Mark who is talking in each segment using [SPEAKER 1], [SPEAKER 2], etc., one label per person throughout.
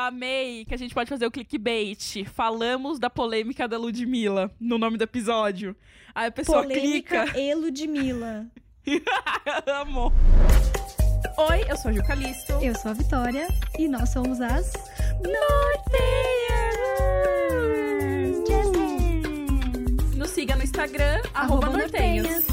[SPEAKER 1] amei que a gente pode fazer o clickbait. Falamos da polêmica da Ludmilla no nome do episódio. Aí a pessoa
[SPEAKER 2] Polêmica
[SPEAKER 1] clica.
[SPEAKER 2] e Ludmilla.
[SPEAKER 1] Amo. Oi, eu sou a Ju Calisto.
[SPEAKER 2] Eu sou a Vitória e nós somos as
[SPEAKER 1] Nortenhas. Nos siga no Instagram, @nortenhas.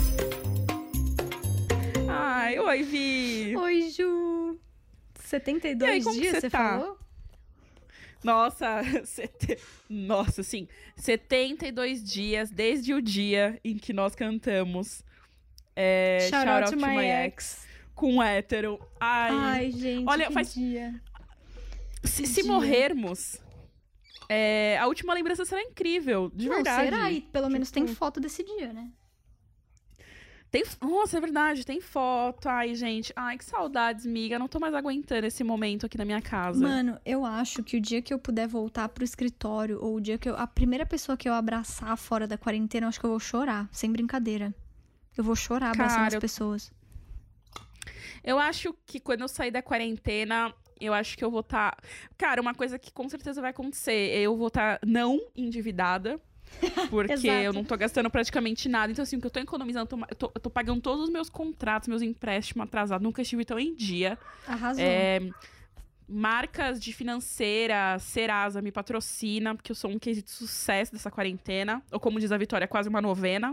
[SPEAKER 1] Ai, oi, Vi.
[SPEAKER 2] Oi, Ju. 72
[SPEAKER 1] E aí, como
[SPEAKER 2] dias,
[SPEAKER 1] que
[SPEAKER 2] você
[SPEAKER 1] tá?
[SPEAKER 2] falou?
[SPEAKER 1] Nossa, Nossa, sim. 72 dias desde o dia em que nós cantamos
[SPEAKER 2] Shout out to my ex.
[SPEAKER 1] Com hétero.
[SPEAKER 2] Ai, gente,
[SPEAKER 1] olha,
[SPEAKER 2] que dia.
[SPEAKER 1] Se morrermos, a última lembrança será incrível, de verdade.
[SPEAKER 2] Será? E pelo menos tem foto desse dia, né?
[SPEAKER 1] Nossa, é verdade, tem foto. Ai, gente, que saudades, miga. Não tô mais aguentando esse momento aqui na minha casa.
[SPEAKER 2] Mano, eu acho que o dia que eu puder voltar pro escritório, ou o dia que a primeira pessoa que eu abraçar fora da quarentena, eu acho que eu vou chorar, sem brincadeira. Eu vou chorar abraçando as pessoas.
[SPEAKER 1] Eu acho que quando eu sair da quarentena, eu acho que eu vou estar... Cara, uma coisa que com certeza vai acontecer, eu vou estar não endividada. Porque eu não tô gastando praticamente nada. Então, assim, o que eu tô economizando, eu tô pagando todos os meus contratos, meus empréstimos atrasados. Nunca estive tão em dia.
[SPEAKER 2] Arrasou.
[SPEAKER 1] Marcas de financeira, Serasa me patrocina, porque eu sou um case de sucesso dessa quarentena. Ou como diz a Vitória, quase uma novena.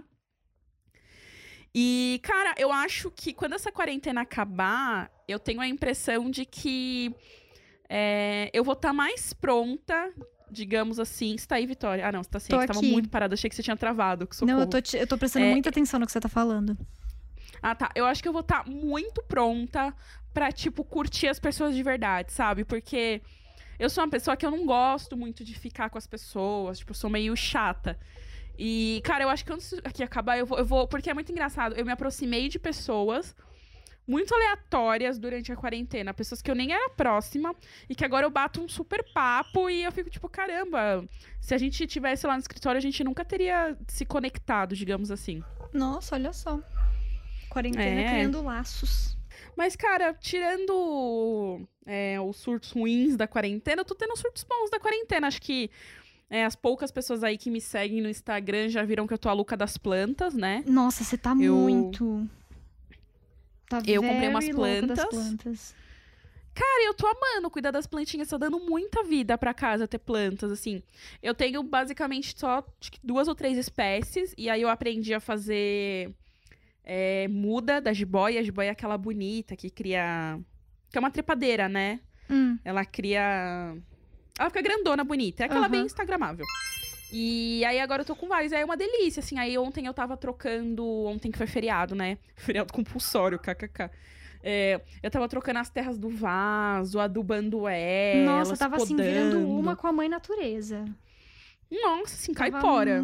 [SPEAKER 1] E, cara, eu acho que quando essa quarentena acabar, eu tenho a impressão de que eu vou estar mais pronta, digamos assim. Você tá aí, Vitória? Ah, não, você tá assim. Você tava muito parada. Achei que você tinha travado. Que socorro.
[SPEAKER 2] Não, eu tô prestando muita atenção no que você tá falando.
[SPEAKER 1] Ah, tá. Eu acho que eu vou estar muito pronta pra, tipo, curtir as pessoas de verdade, sabe? Porque eu sou uma pessoa que eu não gosto muito de ficar com as pessoas. Tipo, eu sou meio chata. E, cara, eu acho que antes aqui acabar, eu vou... Porque é muito engraçado. Eu me aproximei de pessoas muito aleatórias durante a quarentena. Pessoas que eu nem era próxima. E que agora eu bato um super papo. E eu fico tipo, caramba. Se a gente tivesse lá no escritório, a gente nunca teria se conectado, digamos assim.
[SPEAKER 2] Nossa, olha só. Quarentena criando laços.
[SPEAKER 1] Mas, cara, tirando os surtos ruins da quarentena, eu tô tendo surtos bons da quarentena. Acho que as poucas pessoas aí que me seguem no Instagram já viram que eu tô a louca das plantas, né?
[SPEAKER 2] Nossa, você tá muito... Tá
[SPEAKER 1] eu comprei umas
[SPEAKER 2] plantas.
[SPEAKER 1] Cara, eu tô amando cuidar das plantinhas, tá dando muita vida pra casa ter plantas, assim. Eu tenho basicamente só acho que 2 ou 3 espécies, e aí eu aprendi a fazer muda da jiboia. A jiboia é aquela bonita que cria... Que é uma trepadeira, né? Ela cria... Ela fica grandona, bonita. É aquela bem instagramável. E aí agora eu tô com vários. Aí é uma delícia, assim. Aí ontem eu tava trocando... Ontem que foi feriado, né? Feriado compulsório, kkk. Eu tava trocando as terras do vaso, adubando elas,
[SPEAKER 2] Nossa, tava
[SPEAKER 1] podando.
[SPEAKER 2] assim, virando uma com a mãe natureza.
[SPEAKER 1] Nossa, assim, caipora.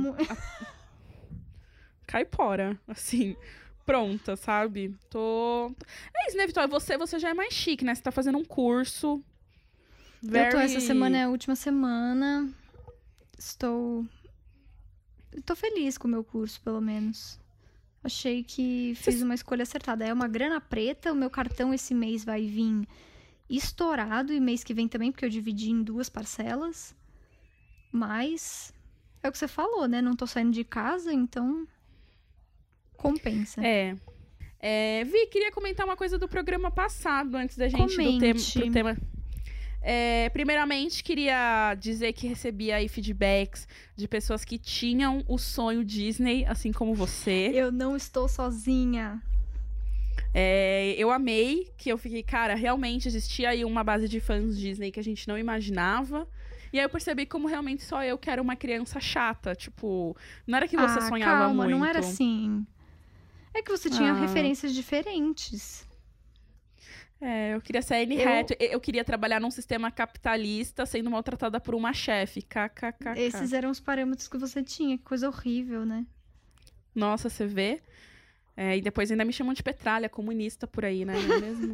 [SPEAKER 1] Caipora, assim... Pronta, sabe? É isso, né, Vitória? Você já é mais chique, né? Você tá fazendo um curso...
[SPEAKER 2] Essa semana é a última semana. Estou feliz com o meu curso, pelo menos. Achei que fiz uma escolha acertada. É uma grana preta, o meu cartão esse mês vai vir estourado. E mês que vem também, porque eu dividi em 2 parcelas. Mas é o que você falou, né? Não tô saindo de casa, então compensa.
[SPEAKER 1] Vi, queria comentar uma coisa do programa passado, antes da gente
[SPEAKER 2] Comente.
[SPEAKER 1] do tema... primeiramente, queria dizer que recebi aí feedbacks de pessoas que tinham o sonho Disney, assim como você.
[SPEAKER 2] Eu não estou sozinha.
[SPEAKER 1] Eu amei, que eu fiquei, cara, realmente existia aí uma base de fãs Disney que a gente não imaginava. E aí eu percebi como realmente só eu que era uma criança chata. Tipo, não era que você sonhava
[SPEAKER 2] calma,
[SPEAKER 1] muito.
[SPEAKER 2] Não era assim. É que você tinha referências diferentes.
[SPEAKER 1] Eu queria ser a Anne Hathaway. Eu queria trabalhar num sistema capitalista sendo maltratada por uma chefe. KKK.
[SPEAKER 2] Esses eram os parâmetros que você tinha. Que coisa horrível, né?
[SPEAKER 1] Nossa, você vê? E depois ainda me chamam de petralha, comunista por aí, né? Não é mesmo?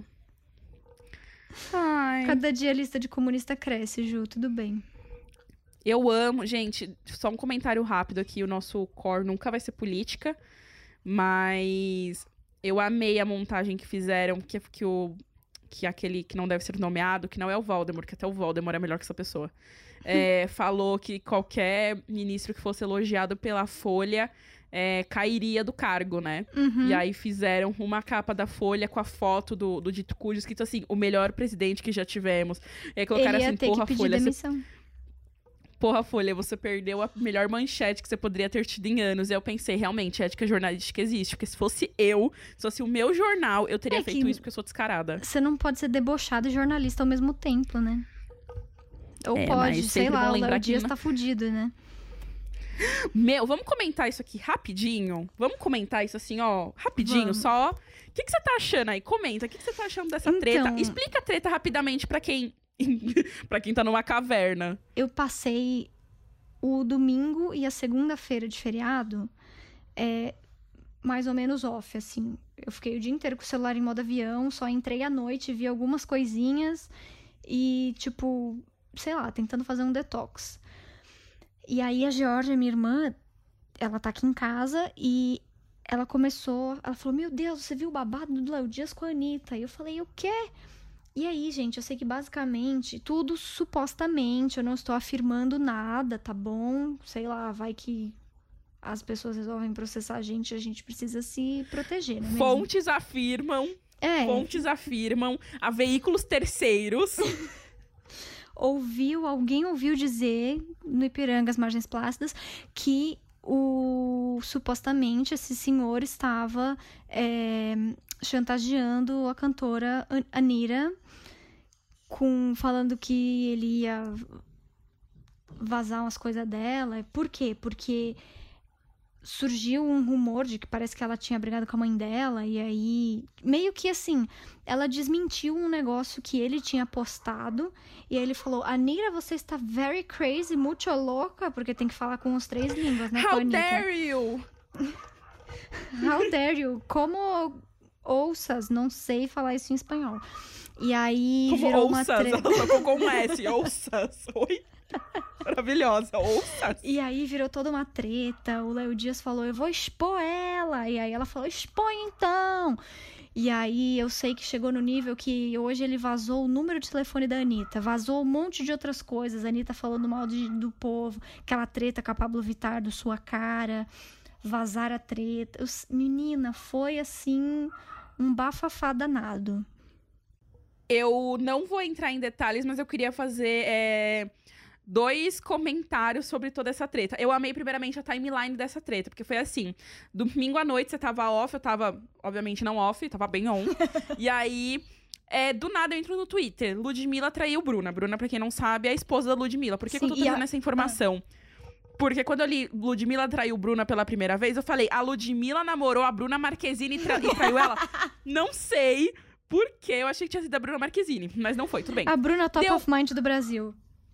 [SPEAKER 1] Ai.
[SPEAKER 2] Cada dia a lista de comunista cresce, Ju. Tudo bem.
[SPEAKER 1] Eu amo... Gente, só um comentário rápido aqui. O nosso core nunca vai ser política. Mas eu amei a montagem que fizeram. Que o que é aquele que não deve ser nomeado, que não é o Voldemort, que até o Voldemort é melhor que essa pessoa, falou que qualquer ministro que fosse elogiado pela Folha cairia do cargo, né?
[SPEAKER 2] Uhum.
[SPEAKER 1] E aí fizeram uma capa da Folha com a foto do dito cujo, escrito assim, o melhor presidente que já tivemos. E aí colocaram assim, porra, Folha, porra, Folha, você perdeu a melhor manchete que você poderia ter tido em anos. E eu pensei, realmente, ética jornalística existe. Porque se fosse o meu jornal, eu teria feito isso porque eu sou descarada.
[SPEAKER 2] Você não pode ser debochado e jornalista ao mesmo tempo, né? Ou pode, sei lá, o Léo Dias tá fudido, né?
[SPEAKER 1] Vamos comentar isso aqui rapidinho? Vamos comentar isso assim, ó, rapidinho,
[SPEAKER 2] vamos.
[SPEAKER 1] só. O que você tá achando aí? Comenta, o que você tá achando dessa treta? Explica a treta rapidamente pra quem tá numa caverna.
[SPEAKER 2] Eu passei o domingo e a segunda-feira de feriado mais ou menos off, assim. Eu fiquei o dia inteiro com o celular em modo avião, só entrei à noite, vi algumas coisinhas e, tipo, sei lá, tentando fazer um detox. E aí a Georgia, minha irmã, ela tá aqui em casa e ela falou, meu Deus, você viu o babado do Léo Dias com a Anitta? E eu falei, o quê? E aí, gente, eu sei que basicamente, tudo supostamente, eu não estou afirmando nada, tá bom? Sei lá, vai que as pessoas resolvem processar a gente precisa se proteger, né?
[SPEAKER 1] Fontes afirmam, a veículos terceiros.
[SPEAKER 2] Alguém ouviu dizer no Ipiranga, as Margens Plácidas, que supostamente esse senhor estava chantageando a cantora Anira, falando que ele ia vazar umas coisas dela. Por quê? Porque surgiu um rumor de que parece que ela tinha brigado com a mãe dela, e aí, meio que assim, ela desmentiu um negócio que ele tinha postado, e aí ele falou, Anira, você está very crazy, muito louca, porque tem que falar com os 3 línguas, né?
[SPEAKER 1] How dare you?
[SPEAKER 2] How dare you? Como ouças, não sei falar isso em espanhol. E aí
[SPEAKER 1] como
[SPEAKER 2] virou
[SPEAKER 1] ouças,
[SPEAKER 2] uma treta.
[SPEAKER 1] ela colocou com um S, ouças, oi? Maravilhosa, ouças.
[SPEAKER 2] E aí virou toda uma treta, o Léo Dias falou, eu vou expor ela, e aí ela falou, expõe então. E aí eu sei que chegou no nível que hoje ele vazou o número de telefone da Anitta, vazou um monte de outras coisas, a Anitta falando mal do povo, aquela treta com a Pablo Vittar do Sua Cara, vazar a treta. Menina, foi assim, um bafafá danado.
[SPEAKER 1] Eu não vou entrar em detalhes, mas eu queria fazer 2 comentários sobre toda essa treta. Eu amei, primeiramente, a timeline dessa treta, porque foi assim, domingo à noite você tava off, eu tava, obviamente, não off, tava bem on. E aí, do nada eu entro no Twitter, Ludmilla traiu Bruna. Bruna, pra quem não sabe, é a esposa da Ludmilla. Por que, que eu tô trazendo essa informação? Porque quando eu li Ludmilla traiu Bruna pela primeira vez, eu falei, a Ludmilla namorou a Bruna Marquezine e traiu ela? Não sei, porque eu achei que tinha sido a Bruna Marquezine, mas não foi, tudo bem.
[SPEAKER 2] A Bruna top of mind do Brasil.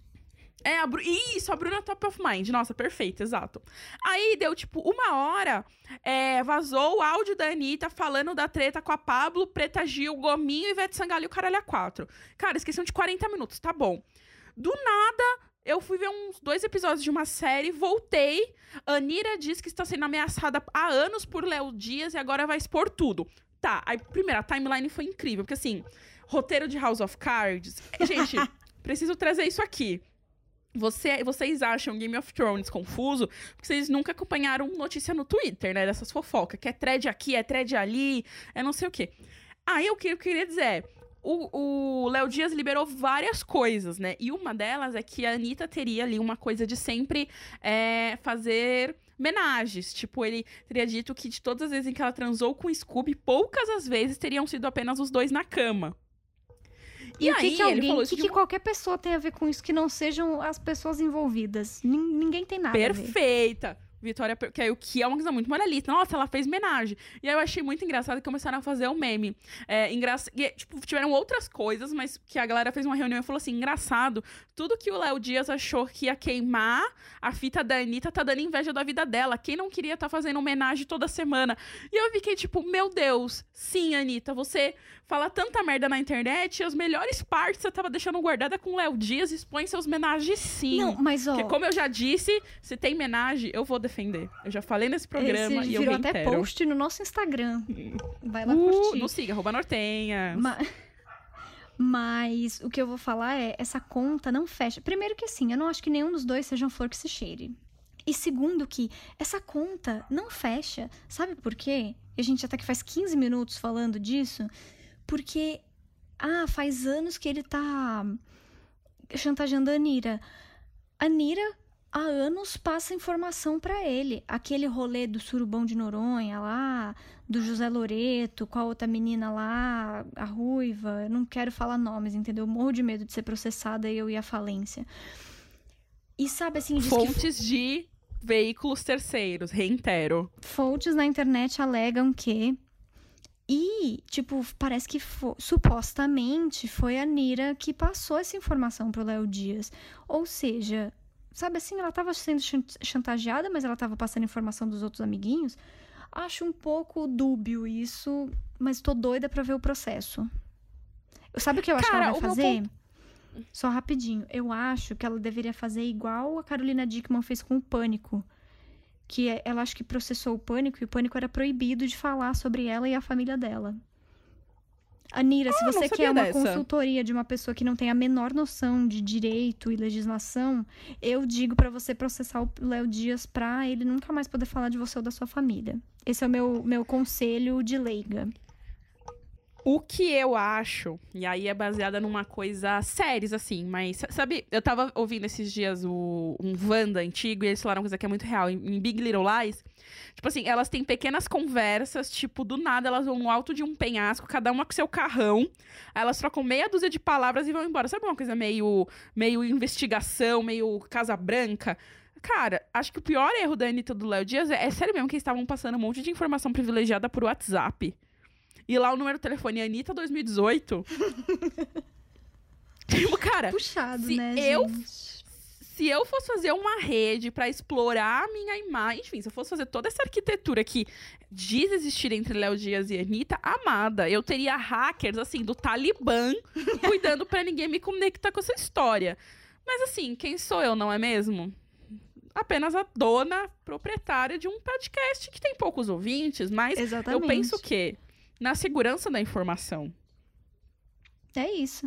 [SPEAKER 1] Isso, a Bruna top of mind. Nossa, perfeito, exato. Aí deu, tipo, 1 hora, vazou o áudio da Anitta falando da treta com a Pablo, Preta Gil, Gominho, Ivete Sangalo e o Caralho A4. Cara, esqueciam de 40 minutos, tá bom. Do nada, eu fui ver uns 2 episódios de uma série, voltei. Anira diz que está sendo ameaçada há anos por Léo Dias e agora vai expor tudo. Tá, aí, primeiro, a timeline foi incrível, porque assim, roteiro de House of Cards. Gente, preciso trazer isso aqui. Vocês acham Game of Thrones confuso porque vocês nunca acompanharam notícia no Twitter, né? Dessas fofocas. Que é thread aqui, é thread ali, não sei o quê. Aí o que eu queria dizer o Léo Dias liberou várias coisas, né? E uma delas é que a Anitta teria ali uma coisa de sempre fazer homenagens. Tipo, ele teria dito que de todas as vezes em que ela transou com o Scooby, poucas as vezes teriam sido apenas os 2 na cama.
[SPEAKER 2] E aí, o que qualquer pessoa tem a ver com isso que não sejam as pessoas envolvidas? Ninguém tem nada
[SPEAKER 1] Perfeita! A ver. Vitória, que é o que é uma coisa muito moralista. Nossa, ela fez homenagem. E aí eu achei muito engraçado que começaram a fazer o meme. Tiveram outras coisas, mas que a galera fez uma reunião e falou assim, engraçado, tudo que o Léo Dias achou que ia queimar a fita da Anitta tá dando inveja da vida dela. Quem não queria tá fazendo homenagem toda semana? E eu fiquei tipo, meu Deus, sim, Anitta, você fala tanta merda na internet e as melhores partes você tava deixando guardada com o Léo Dias, expõe seus homenagens sim.
[SPEAKER 2] Não, mas ó...
[SPEAKER 1] Porque como eu já disse, se tem homenagem, eu vou defender. Eu já falei nesse programa e eu reitero.
[SPEAKER 2] Virou até post no nosso Instagram. Vai lá curtir.
[SPEAKER 1] Não siga, @nortenhas.
[SPEAKER 2] Mas o que eu vou falar é, essa conta não fecha. Primeiro que assim, eu não acho que nenhum dos dois seja um flor que se cheire. E segundo que essa conta não fecha. Sabe por quê? E a gente até que faz 15 minutos falando disso. Porque, faz anos que ele tá chantageando a Anira. A Anira, há anos, passa informação pra ele. Aquele rolê do Surubão de Noronha lá, do José Loreto, com a outra menina lá, a ruiva. Eu não quero falar nomes, entendeu? Eu morro de medo de ser processada e eu ir à falência. E sabe assim...
[SPEAKER 1] Fontes de veículos terceiros, reitero.
[SPEAKER 2] Fontes na internet alegam que... E, tipo, parece que supostamente foi a Anira que passou essa informação pro Léo Dias. Ou seja, sabe assim, ela tava sendo chantageada, mas ela tava passando informação dos outros amiguinhos. Acho um pouco dúbio isso, mas tô doida pra ver o processo. Sabe o que eu acho que ela vai fazer? Só rapidinho. Eu acho que ela deveria fazer igual a Carolina Dickmann fez com o Pânico. Que ela acho que processou o Pânico e o Pânico era proibido de falar sobre ela e a família dela. Anira, se você quer uma consultoria de uma pessoa que não tem a menor noção de direito e legislação, eu digo pra você processar o Léo Dias pra ele nunca mais poder falar de você ou da sua família. Esse é o meu conselho de leiga.
[SPEAKER 1] O que eu acho, e aí é baseada numa coisa séries, assim, mas, sabe, eu tava ouvindo esses dias um Wanda antigo, e eles falaram uma coisa que é muito real, em Big Little Lies, tipo assim, elas têm pequenas conversas, tipo, do nada elas vão no alto de um penhasco, cada uma com seu carrão, aí elas trocam meia dúzia de palavras e vão embora. Sabe uma coisa meio investigação, meio Casa Branca? Cara, acho que o pior erro da Anitta e do Léo Dias é sério mesmo que eles estavam passando um monte de informação privilegiada por WhatsApp. E lá o número do telefone é Anitta 2018. Tipo, cara...
[SPEAKER 2] Puxado, né, gente?
[SPEAKER 1] Se eu fosse fazer uma rede pra explorar a minha imagem... Enfim, se eu fosse fazer toda essa arquitetura que diz existir entre Léo Dias e Anitta, amada, eu teria hackers, assim, do Talibã cuidando pra ninguém me conectar com essa história. Mas, assim, quem sou eu, não é mesmo? Apenas a dona proprietária de um podcast que tem poucos ouvintes, mas
[SPEAKER 2] Exatamente.
[SPEAKER 1] Eu penso que... na segurança da informação.
[SPEAKER 2] É isso.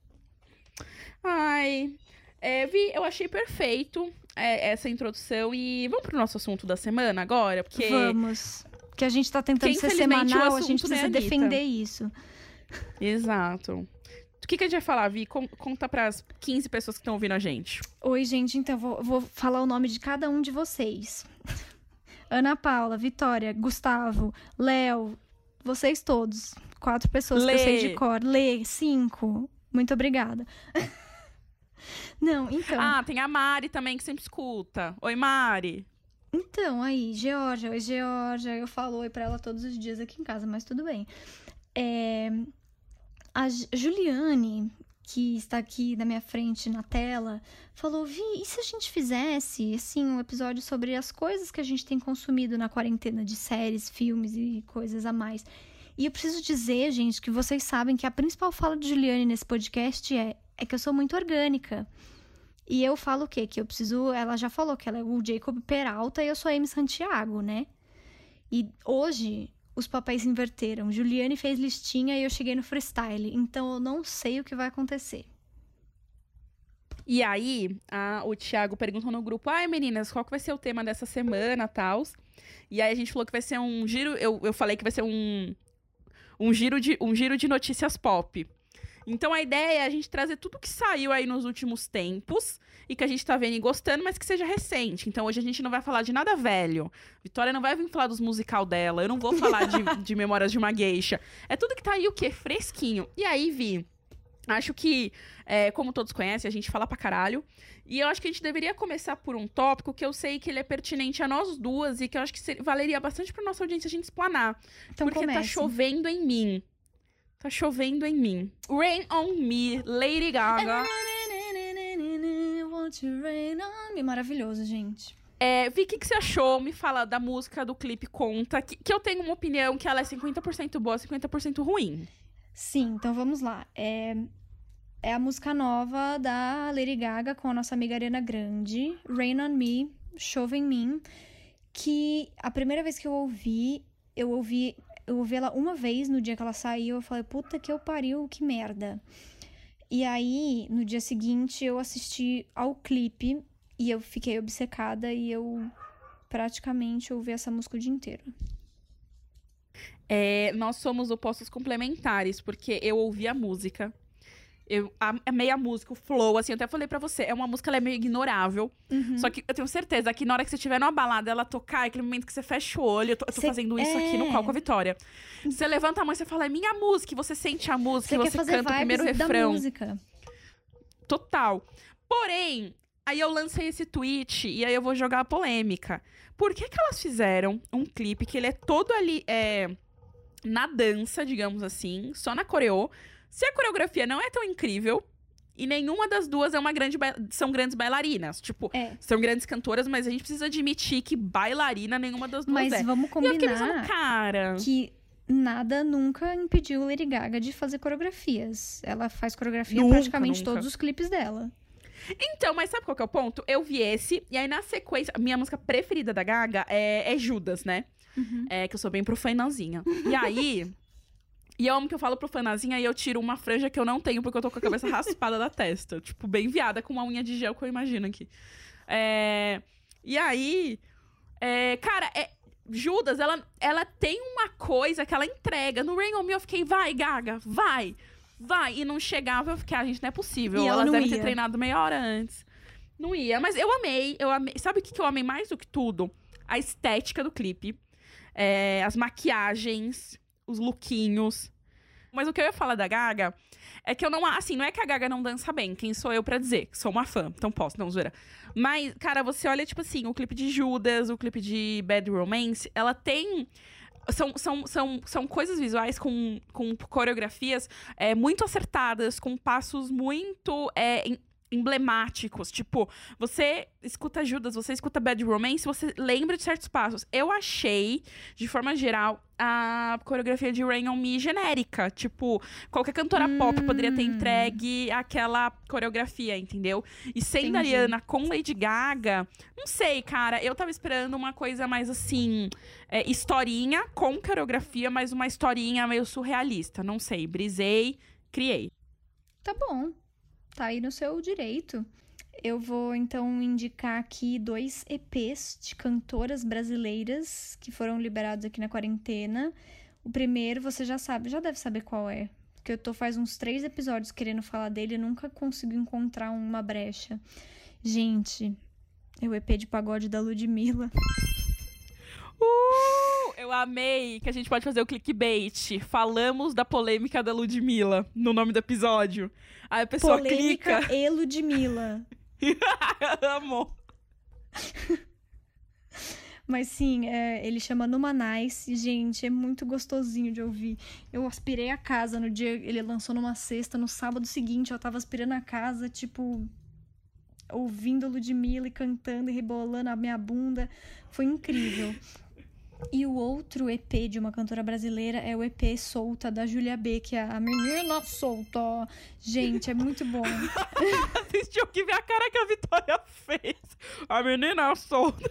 [SPEAKER 1] Ai, Vi, eu achei perfeito essa introdução. E vamos pro nosso assunto da semana agora? Porque
[SPEAKER 2] vamos. Que a gente tá tentando ser semanal, a gente precisa defender isso.
[SPEAKER 1] Exato. O que a gente vai falar, Vi? Conta pras 15 pessoas que estão ouvindo a gente.
[SPEAKER 2] Oi, gente. Então, vou falar o nome de cada um de vocês. Ana Paula, Vitória, Gustavo, Léo... Vocês todos. 4 pessoas que eu sei de cor. Lê, 5. Muito obrigada. Não, então...
[SPEAKER 1] tem a Mari também, que sempre escuta. Oi, Mari.
[SPEAKER 2] Então, aí, Georgia. Oi, Georgia. Eu falo oi pra ela todos os dias aqui em casa, mas tudo bem. A Juliane, que está aqui na minha frente na tela, falou, Vi, e se a gente fizesse, assim, um episódio sobre as coisas que a gente tem consumido na quarentena de séries, filmes e coisas a mais? E eu preciso dizer, gente, que vocês sabem que a principal fala de Juliane nesse podcast é que eu sou muito orgânica. E eu falo o quê? Que eu preciso... Ela já falou que ela é o Jacob Peralta e eu sou a Amy Santiago, né? E hoje... os papéis inverteram. Juliane fez listinha e eu cheguei no freestyle. Então, eu não sei o que vai acontecer.
[SPEAKER 1] E aí, o Thiago perguntou no grupo, meninas, qual que vai ser o tema dessa semana, tals? E aí, a gente falou que vai ser um giro... Eu falei que vai ser um giro de notícias pop. Então, a ideia é a gente trazer tudo que saiu aí nos últimos tempos e que a gente tá vendo e gostando, mas que seja recente. Então, hoje a gente não vai falar de nada velho. Vitória não vai vir falar dos musical dela. Eu não vou falar de Memórias de uma Geisha. É tudo que tá aí, o quê? Fresquinho. E aí, Vi, acho que, como todos conhecem, a gente fala pra caralho. E eu acho que a gente deveria começar por um tópico que eu sei que ele é pertinente a nós duas e que eu acho que valeria bastante pra nossa audiência a gente explanar. Então, porque
[SPEAKER 2] comece.
[SPEAKER 1] Tá chovendo em mim. Tá chovendo em mim. Rain on Me, Lady Gaga.
[SPEAKER 2] Want you rain on me. Maravilhoso, gente.
[SPEAKER 1] Vi, o que você achou? Me fala da música, do clipe, conta. Que eu tenho uma opinião que ela é 50% boa, 50% ruim.
[SPEAKER 2] Sim, então vamos lá. É a música nova da Lady Gaga com a nossa amiga Ariana Grande, Rain on Me, Chove em Mim, que a primeira vez que eu ouvi ela uma vez no dia que ela saiu, eu falei, puta que eu pariu, que merda. E aí, no dia seguinte, eu assisti ao clipe e eu fiquei obcecada e eu praticamente ouvi essa música o dia inteiro.
[SPEAKER 1] Nós somos opostos complementares, porque eu ouvi a música. Eu amei a música, o flow, assim, eu até falei pra você, é uma música, ela é meio ignorável. Só que eu tenho certeza que na hora que você estiver numa balada, ela tocar, é aquele momento que você fecha o olho. Eu tô fazendo isso aqui no Qual com a Vitória. Você levanta a mão e você fala, é minha música, e você sente a música, e você canta o primeiro refrão.
[SPEAKER 2] Música.
[SPEAKER 1] Total. Porém, aí eu lancei esse tweet, e aí eu vou jogar a polêmica. Por que elas fizeram um clipe que ele é todo ali, na dança, digamos assim, só na coreô, se a coreografia não é tão incrível, e nenhuma das duas são grandes bailarinas. Tipo, são grandes cantoras, mas a gente precisa admitir que bailarina nenhuma das duas
[SPEAKER 2] Mas vamos combinar
[SPEAKER 1] pensando, cara,
[SPEAKER 2] que nada nunca impediu Lady Gaga de fazer coreografias. Ela faz coreografia
[SPEAKER 1] Nunca,
[SPEAKER 2] praticamente
[SPEAKER 1] nunca.
[SPEAKER 2] todos os clipes dela.
[SPEAKER 1] Então, mas sabe qual que é o ponto? Eu vi esse, e aí na sequência, a minha música preferida da Gaga é Judas, né? Que eu sou bem profanazinha. E aí... E eu amo que eu falo profanazinha e eu tiro uma franja que eu não tenho, porque eu tô com a cabeça raspada da testa. Tipo, bem viada, com uma unha de gel que eu imagino aqui. E aí... cara, Judas, ela tem uma coisa que ela entrega. No Rain On Me eu fiquei, vai, Gaga, vai. E não chegava, eu fiquei, gente, não é possível.
[SPEAKER 2] E
[SPEAKER 1] Elas
[SPEAKER 2] não
[SPEAKER 1] devem
[SPEAKER 2] ia.
[SPEAKER 1] ter treinado meia hora antes. Não ia, mas eu amei. Sabe o que eu amei mais do que tudo? A estética do clipe. As maquiagens, os lookinhos. Mas o que eu ia falar da Gaga é que eu não... Assim, não é que a Gaga não dança bem. Quem sou eu pra dizer? Sou uma fã, então posso, não, zoeira. Mas, cara, você olha, tipo assim, o clipe de Judas, o clipe de Bad Romance, ela tem... São coisas visuais com coreografias muito acertadas, com passos muito emblemáticos. Tipo, você escuta Judas, você escuta Bad Romance, você lembra de certos passos. Eu achei, de forma geral, a coreografia de Rain On Me genérica. Tipo, qualquer cantora pop poderia ter entregue aquela coreografia, entendeu? E sendo a Ariana com Lady Gaga, não sei, cara, eu tava esperando uma coisa mais assim, historinha com coreografia, mas uma historinha meio surrealista. Não sei, brisei, criei.
[SPEAKER 2] Tá bom. Tá aí no seu direito. Eu vou, então, indicar aqui 2 EPs de cantoras brasileiras que foram liberados aqui na quarentena. O primeiro, você já deve saber qual é. Porque eu tô faz uns 3 episódios querendo falar dele e nunca consigo encontrar uma brecha. Gente, é o EP de pagode da Ludmilla.
[SPEAKER 1] Eu amei que a gente pode fazer o clickbait. Falamos da polêmica da Ludmilla no nome do episódio. Aí a pessoa
[SPEAKER 2] polêmica
[SPEAKER 1] clica.
[SPEAKER 2] E Ludmilla.
[SPEAKER 1] Amo.
[SPEAKER 2] Mas sim, ele chama Numanais. Gente, é muito gostosinho de ouvir. Eu aspirei a casa no dia... Ele lançou numa sexta. No sábado seguinte, eu tava aspirando a casa, tipo... ouvindo Ludmilla e cantando e rebolando a minha bunda. Foi incrível. E o outro EP de uma cantora brasileira é o EP Solta, da Júlia B, que é a menina solta. Gente, é muito bom.
[SPEAKER 1] Vocês tinham que ver a cara que a Vitória fez. A menina solta.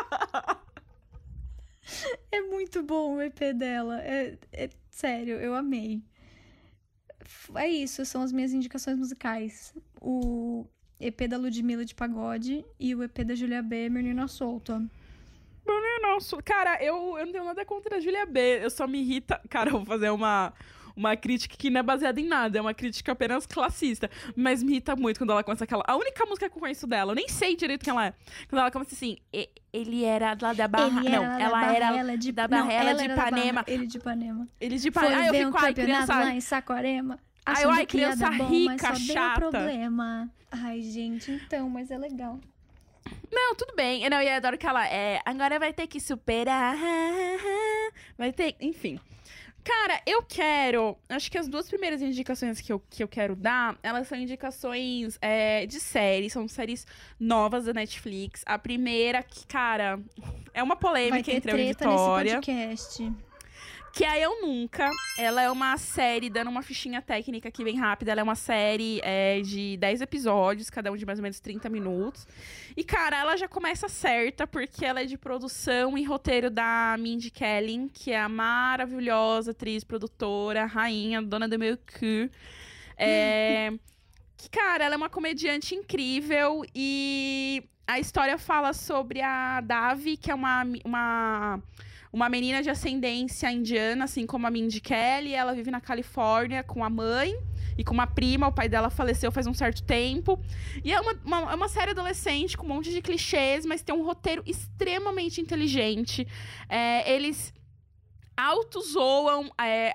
[SPEAKER 2] É muito bom o EP dela. Sério, eu amei. É isso, são as minhas indicações musicais. O EP da Ludmilla de pagode e o EP da Júlia B, Menina Solta.
[SPEAKER 1] Cara, eu não tenho nada contra a Júlia B. Eu só me irrita... Cara, eu vou fazer uma crítica que não é baseada em nada. É uma crítica apenas classista. Mas me irrita muito quando ela começa aquela... A única música que eu conheço dela, eu nem sei direito quem ela é. Quando ela começa assim... Ele era lá da Barra... Ela era da Barrela de Ipanema.
[SPEAKER 2] Ele de Ipanema.
[SPEAKER 1] Ele de Ipanema.
[SPEAKER 2] Foi
[SPEAKER 1] eu
[SPEAKER 2] ver
[SPEAKER 1] fico,
[SPEAKER 2] um campeonato
[SPEAKER 1] criança...
[SPEAKER 2] lá em Saquarema.
[SPEAKER 1] Ai, criança
[SPEAKER 2] bom,
[SPEAKER 1] rica,
[SPEAKER 2] mas só
[SPEAKER 1] chata.
[SPEAKER 2] deu problema. Ai, gente, então, mas é legal.
[SPEAKER 1] Não, tudo bem. Não, eu adoro que ela agora vai ter que superar. Vai ter... Enfim. Cara, eu quero... Acho que as 2 primeiras indicações que eu quero dar, elas são indicações de séries. São séries novas da Netflix. A primeira que, cara... É uma polêmica entre eu e Vitória.
[SPEAKER 2] Nesse podcast.
[SPEAKER 1] Que é Eu Nunca. Ela é uma série, dando uma fichinha técnica aqui bem rápida. Ela é uma série de 10 episódios, cada um de mais ou menos 30 minutos. E, cara, ela já começa certa, porque ela é de produção e roteiro da Mindy Kaling, que é a maravilhosa atriz, produtora, rainha, dona do meu cu. Que, cara, ela é uma comediante incrível e a história fala sobre a Davi, que é uma menina de ascendência indiana, assim como a Mindy Kelly. Ela vive na Califórnia com a mãe e com uma prima. O pai dela faleceu faz um certo tempo. E é uma série adolescente com um monte de clichês, mas tem um roteiro extremamente inteligente. Eles auto-zoam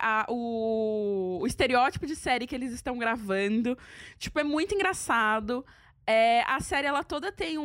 [SPEAKER 1] o estereótipo de série que eles estão gravando. Tipo, é muito engraçado. A série, ela toda tem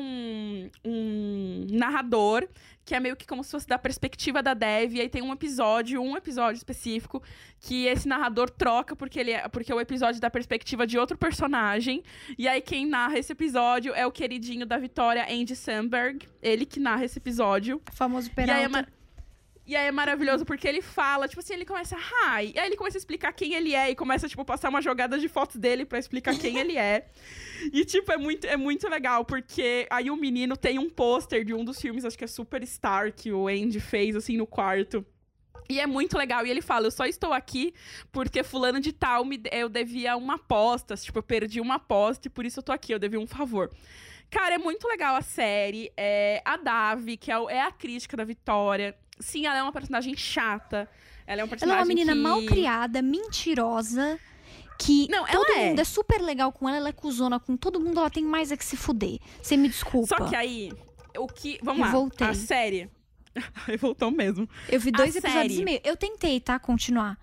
[SPEAKER 1] um narrador, que é meio que como se fosse da perspectiva da Dev. E aí tem um episódio específico, que esse narrador troca porque é o episódio da perspectiva de outro personagem. E aí quem narra esse episódio é o queridinho da Vitória, Andy Samberg. Ele que narra esse episódio.
[SPEAKER 2] O famoso Peralta.
[SPEAKER 1] E aí é maravilhoso, porque ele fala, tipo assim, ele começa, hi. E aí ele começa a explicar quem ele é e começa, tipo, passar uma jogada de fotos dele pra explicar quem ele é. E, tipo, é muito legal, porque aí o menino tem um pôster de um dos filmes, acho que é Superstar, que o Andy fez, assim, no quarto. E é muito legal. E ele fala, eu só estou aqui porque fulano de tal eu devia uma aposta. Tipo, eu perdi uma aposta e por isso eu tô aqui, eu devia um favor. Cara, é muito legal a série. A Davi, que é a crítica da Vitória. Sim, ela é uma personagem chata. Ela é uma
[SPEAKER 2] menina mal criada, mentirosa, que todo mundo é super legal com ela é cuzona com todo mundo, ela tem mais é que se fuder. Você me desculpa.
[SPEAKER 1] Só que aí, vamos lá, a série... Revoltou mesmo.
[SPEAKER 2] Eu vi 2 episódios e meio. Eu tentei, tá? Continuar.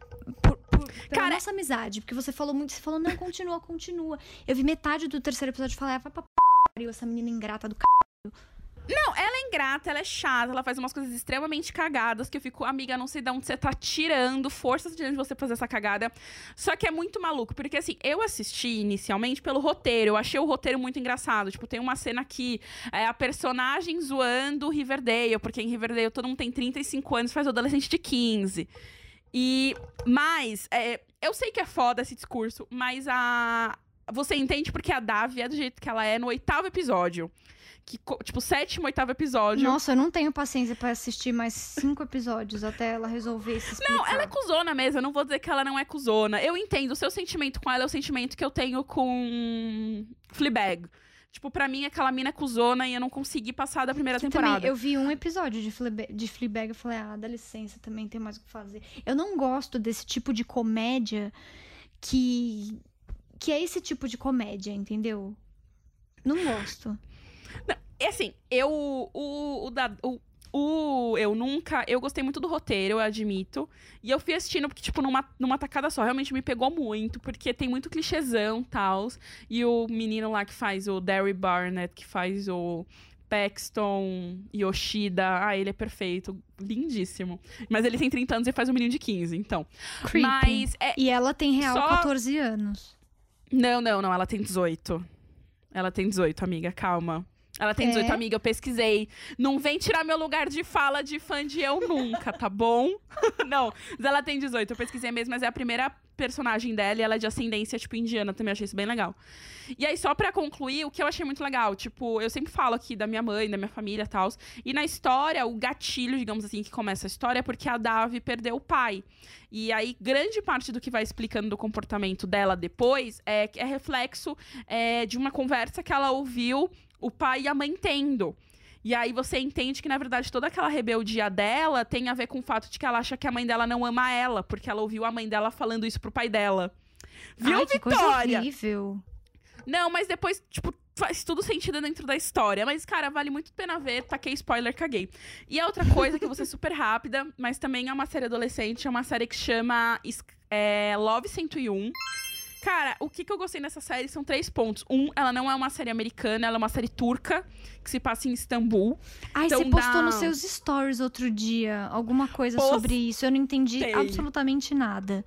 [SPEAKER 2] Pela nossa amizade. Porque você falou muito, você falou, não, continua. Eu vi metade do 3º episódio e falei, vai pra pariu, essa menina ingrata do
[SPEAKER 1] Não, ela é ingrata, ela é chata, ela faz umas coisas extremamente cagadas, que eu fico, amiga, não sei de onde você tá tirando forças de você fazer essa cagada. Só que é muito maluco, porque assim, eu assisti inicialmente pelo roteiro, eu achei o roteiro muito engraçado. Tipo, tem uma cena aqui, a personagem zoando Riverdale, porque em Riverdale todo mundo tem 35 anos, faz o adolescente de 15. Mas, eu sei que é foda esse discurso, mas você entende porque a Davi é do jeito que ela é no 8º episódio. Tipo, 7º, 8º episódio.
[SPEAKER 2] Nossa, eu não tenho paciência pra assistir mais 5 episódios até ela resolver se explicar.
[SPEAKER 1] Não, ela é cuzona mesmo, eu não vou dizer que ela não é cuzona. Eu entendo, o seu sentimento com ela é o sentimento que eu tenho com Fleabag. Tipo, pra mim, aquela mina é cuzona e eu não consegui passar da primeira temporada.
[SPEAKER 2] Também, eu vi um episódio de Fleabag e falei, dá licença, também tem mais o que fazer. Eu não gosto desse tipo de comédia que é esse tipo de comédia, entendeu? Não gosto.
[SPEAKER 1] Não, assim, eu gostei muito do roteiro, eu admito. E eu fui assistindo, porque, tipo, numa tacada só. Realmente me pegou muito, porque tem muito clichêzão e tal. E o menino lá que faz o Derry Barnett, que faz o Paxton Yoshida. Ele é perfeito, lindíssimo. Mas ele tem 30 anos e faz um menino de 15, então.
[SPEAKER 2] Creepy.
[SPEAKER 1] Mas
[SPEAKER 2] e ela tem real 14 anos.
[SPEAKER 1] Não, ela tem 18. Ela tem 18, amiga, calma. Ela tem 18, amiga, eu pesquisei. Não vem tirar meu lugar de fala de fã de eu nunca, tá bom? Não, mas ela tem 18, eu pesquisei mesmo, mas é a primeira personagem dela e ela é de ascendência, tipo, indiana, também achei isso bem legal. E aí, só pra concluir, o que eu achei muito legal, tipo, eu sempre falo aqui da minha mãe, da minha família e tal, e na história, o gatilho, digamos assim, que começa a história é porque a Davi perdeu o pai. E aí, grande parte do que vai explicando do comportamento dela depois é reflexo de uma conversa que ela ouviu o pai e a mãe tendo. E aí você entende que, na verdade, toda aquela rebeldia dela tem a ver com o fato de que ela acha que a mãe dela não ama ela, porque ela ouviu a mãe dela falando isso pro pai dela. Viu,
[SPEAKER 2] que
[SPEAKER 1] Vitória?
[SPEAKER 2] Coisa horrível.
[SPEAKER 1] Não, mas depois, tipo, faz tudo sentido dentro da história. Mas, cara, vale muito a pena ver. Taquei spoiler, caguei. E a outra coisa que eu vou ser super rápida, mas também é uma série adolescente, é uma série que chama Love 101. Cara, o que eu gostei nessa série são 3 pontos. Ela não é uma série americana, ela é uma série turca, que se passa em Istambul.
[SPEAKER 2] Então, você postou nos seus stories outro dia alguma coisa sobre isso. Eu não entendi absolutamente nada.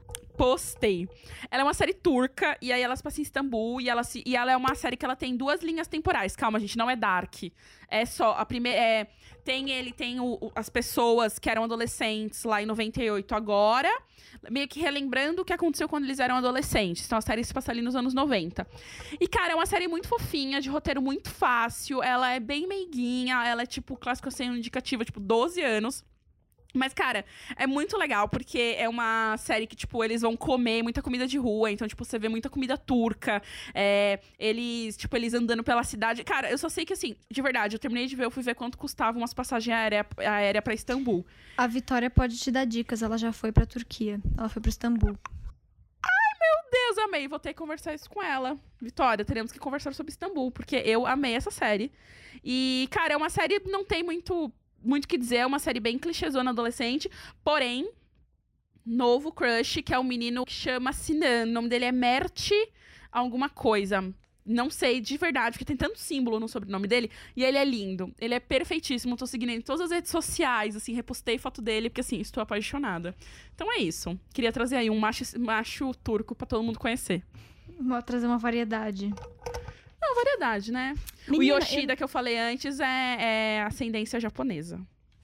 [SPEAKER 1] Postei. Ela é uma série turca, e aí ela se passa em Istambul, e ela é uma série que ela tem 2 linhas temporais. Calma, gente, não é dark. É só, a primeira, tem as pessoas que eram adolescentes lá em 98 agora, meio que relembrando o que aconteceu quando eles eram adolescentes. Então a série se passa ali nos anos 90. E, cara, é uma série muito fofinha, de roteiro muito fácil, ela é bem meiguinha, ela é, tipo, clássico assim, indicativa, tipo, 12 anos. Mas, cara, é muito legal, porque é uma série que, tipo, eles vão comer muita comida de rua. Então, tipo, você vê muita comida turca. Eles andando pela cidade. Cara, eu só sei que, assim, de verdade, eu terminei de ver, eu fui ver quanto custavam umas passagens aéreas pra Istambul.
[SPEAKER 2] A Vitória pode te dar dicas, ela já foi pra Turquia. Ela foi pra Istambul.
[SPEAKER 1] Deus, amei. Vou ter que conversar isso com ela. Vitória, teremos que conversar sobre Istambul, porque eu amei essa série. E, cara, é uma série que não tem muito o que dizer. É uma série bem clichêzona adolescente. Porém, novo crush, que é um menino que chama Sinan. O nome dele é Mert alguma coisa. Não sei de verdade, porque tem tanto símbolo no sobrenome dele. E ele é lindo. Ele é perfeitíssimo. Tô seguindo ele em todas as redes sociais, assim, repostei foto dele, porque, assim, estou apaixonada. Então é isso. Queria trazer aí um macho turco pra todo mundo conhecer.
[SPEAKER 2] Vou trazer uma variedade.
[SPEAKER 1] Não, variedade, né?
[SPEAKER 2] Menina,
[SPEAKER 1] o Yoshida, que eu falei antes, é ascendência japonesa.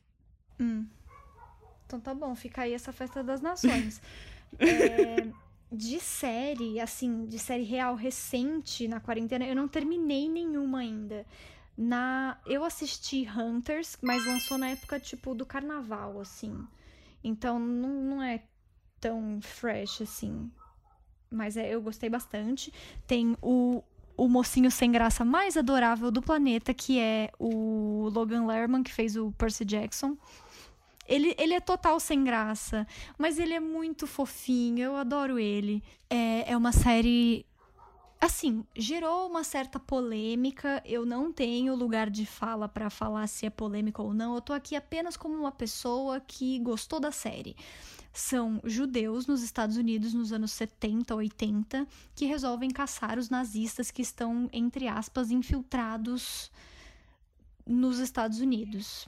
[SPEAKER 2] Então tá bom, fica aí essa festa das nações. De série, assim, de série real recente na quarentena, eu não terminei nenhuma ainda. Eu assisti Hunters, mas lançou na época, tipo, do carnaval, assim. Então não é tão fresh, assim. Mas eu gostei bastante. Tem o mocinho sem graça mais adorável do planeta, que é o Logan Lerman, que fez o Percy Jackson. Ele é total sem graça, mas ele é muito fofinho, eu adoro ele. É uma série, assim, gerou uma certa polêmica, eu não tenho lugar de fala pra falar se é polêmica ou não, eu tô aqui apenas como uma pessoa que gostou da série. São judeus nos Estados Unidos nos anos 70, 80, que resolvem caçar os nazistas que estão, entre aspas, infiltrados nos Estados Unidos.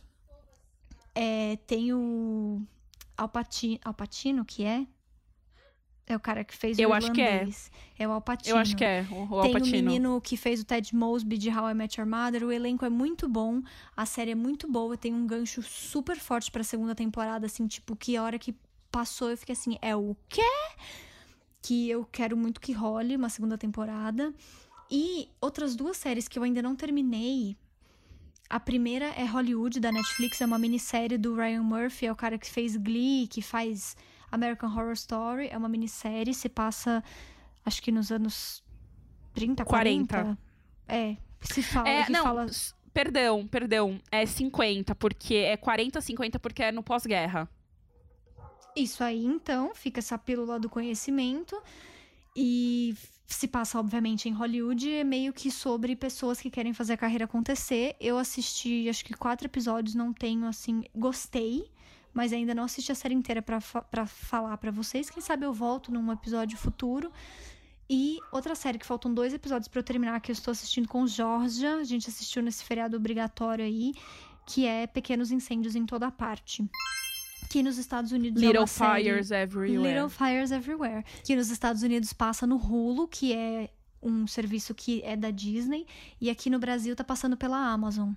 [SPEAKER 2] Tem o Al Pacino, que é o cara que fez o irlandês.
[SPEAKER 1] Acho que é.
[SPEAKER 2] É o Al Pacino.
[SPEAKER 1] Eu acho que é, o Al Pacino.
[SPEAKER 2] Tem o menino que fez o Ted Mosby de How I Met Your Mother. O elenco é muito bom, a série é muito boa, tem um gancho super forte pra segunda temporada, assim, tipo, que a hora que passou eu fiquei assim, é o quê? Que eu quero muito que role uma segunda temporada. E outras duas séries que eu ainda não terminei. A primeira é Hollywood, da Netflix, é uma minissérie do Ryan Murphy, é o cara que fez Glee, que faz American Horror Story, é uma minissérie, se passa, acho que nos anos 30, 40. Se fala...
[SPEAKER 1] Perdão, é 50, porque é 40, 50, porque é no pós-guerra.
[SPEAKER 2] Isso aí, então, fica essa pílula do conhecimento, e se passa, obviamente, em Hollywood, é meio que sobre pessoas que querem fazer a carreira acontecer. Eu assisti, acho que 4 episódios, não tenho, assim... Gostei, mas ainda não assisti a série inteira pra falar pra vocês. Quem sabe eu volto num episódio futuro. E outra série que faltam 2 episódios pra eu terminar, que eu estou assistindo com Georgia. A gente assistiu nesse feriado obrigatório aí, que é Pequenos Incêndios em Toda Parte. Que nos Estados Unidos
[SPEAKER 1] Little Fires Everywhere.
[SPEAKER 2] Little Fires Everywhere. Que nos Estados Unidos passa no Hulu, que é um serviço que é da Disney. E aqui no Brasil tá passando pela Amazon.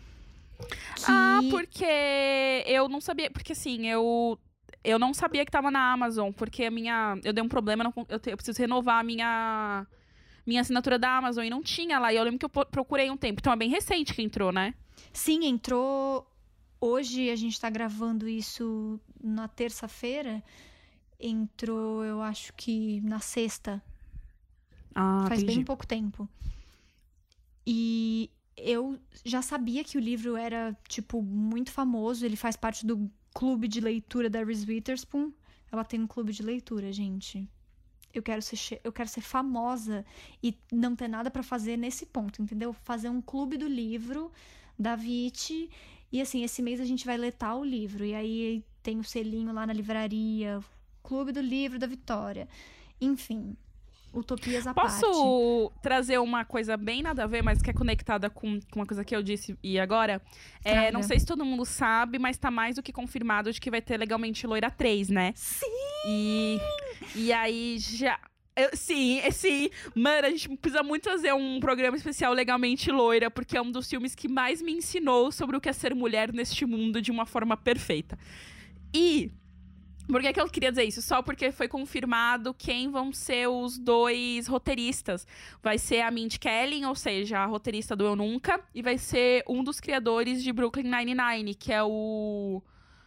[SPEAKER 1] Porque eu não sabia... Porque assim, eu não sabia que tava na Amazon. Porque eu dei um problema, eu preciso renovar a minha assinatura da Amazon. E não tinha lá. E eu lembro que eu procurei um tempo. Então é bem recente que entrou, né?
[SPEAKER 2] Sim, entrou... Hoje a gente tá gravando isso na terça-feira. Entrou, eu acho que na sexta. Faz
[SPEAKER 1] entendi.
[SPEAKER 2] bem pouco tempo. E eu já sabia que o livro era, tipo, muito famoso. Ele faz parte do clube de leitura da Reese Witherspoon. Ela tem um clube de leitura, gente. Eu quero ser famosa e não ter nada pra fazer nesse ponto, entendeu? Fazer um clube do livro da Vit. E assim, esse mês a gente vai ler tal livro. E aí tem o selinho lá na livraria. Clube do Livro da Vitória. Enfim, utopias à parte.
[SPEAKER 1] Posso trazer uma coisa bem nada a ver, mas que é conectada com uma coisa que eu disse e agora? Não sei se todo mundo sabe, mas tá mais do que confirmado de que vai ter Legalmente Loira 3, né?
[SPEAKER 2] Sim!
[SPEAKER 1] E aí já... Sim. Mano, a gente precisa muito fazer um programa especial Legalmente Loira, porque é um dos filmes que mais me ensinou sobre o que é ser mulher neste mundo de uma forma perfeita. E... Por que eu queria dizer isso? Só porque foi confirmado quem vão ser os 2 roteiristas. Vai ser a Mindy Kaling, ou seja, a roteirista do Eu Nunca, e vai ser um dos criadores de Brooklyn Nine-Nine, que é o...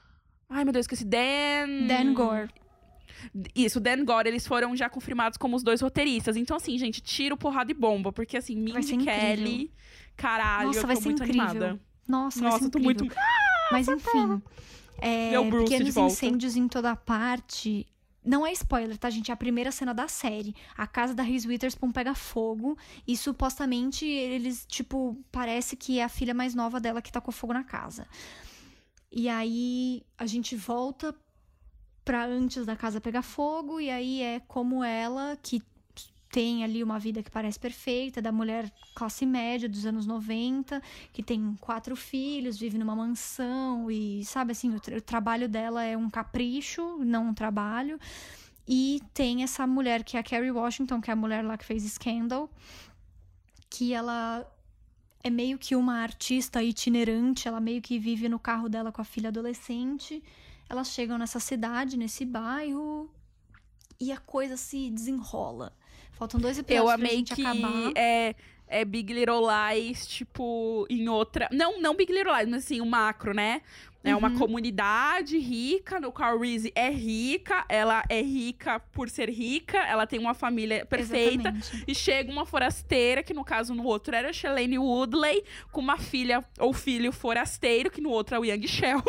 [SPEAKER 1] Ai, meu Deus, esqueci.
[SPEAKER 2] Dan Gore.
[SPEAKER 1] Isso, Dan Gore, eles foram já confirmados como os 2 roteiristas. Então, assim, gente, tiro, porrada e bomba. Porque, assim, Mindy Kelly, caralho,
[SPEAKER 2] Nossa,
[SPEAKER 1] eu
[SPEAKER 2] vai
[SPEAKER 1] tô
[SPEAKER 2] ser
[SPEAKER 1] muito
[SPEAKER 2] incrível.
[SPEAKER 1] animada.
[SPEAKER 2] Nossa, vai ser
[SPEAKER 1] eu tô
[SPEAKER 2] incrível.
[SPEAKER 1] muito...
[SPEAKER 2] Mas, enfim,
[SPEAKER 1] Meu Bruce
[SPEAKER 2] pequenos
[SPEAKER 1] de volta.
[SPEAKER 2] incêndios em toda parte. Não é spoiler, tá, gente? É a primeira cena da série. A casa da Reese Witherspoon pega fogo e, supostamente, eles, tipo, parece que é a filha mais nova dela que tacou fogo na casa. E aí, a gente volta pra antes da casa pegar fogo, e aí é como ela, que tem ali uma vida que parece perfeita, da mulher classe média dos anos 90, que tem 4 filhos, vive numa mansão e, sabe, assim, o trabalho dela é um capricho, não um trabalho. E tem essa mulher que é a Kerry Washington, que é a mulher lá que fez Scandal, que ela é meio que uma artista itinerante, ela meio que vive no carro dela com a filha adolescente. Elas chegam nessa cidade, nesse bairro, e a coisa se desenrola. Faltam 2 episódios pra gente acabar.
[SPEAKER 1] Eu amei que é Big Little Lies, tipo, em outra... Não Big Little Lies, mas assim, o macro, né? É uma comunidade rica, no qual a Reese é rica. Ela é rica por ser rica, ela tem uma família perfeita.
[SPEAKER 2] Exatamente.
[SPEAKER 1] E chega uma forasteira, que no caso, no outro era a Shailene Woodley, com uma filha ou filho forasteiro, que no outro é o Young Sheldon.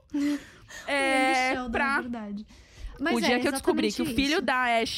[SPEAKER 2] É verdade. Mas
[SPEAKER 1] o dia que eu descobri que o filho
[SPEAKER 2] isso.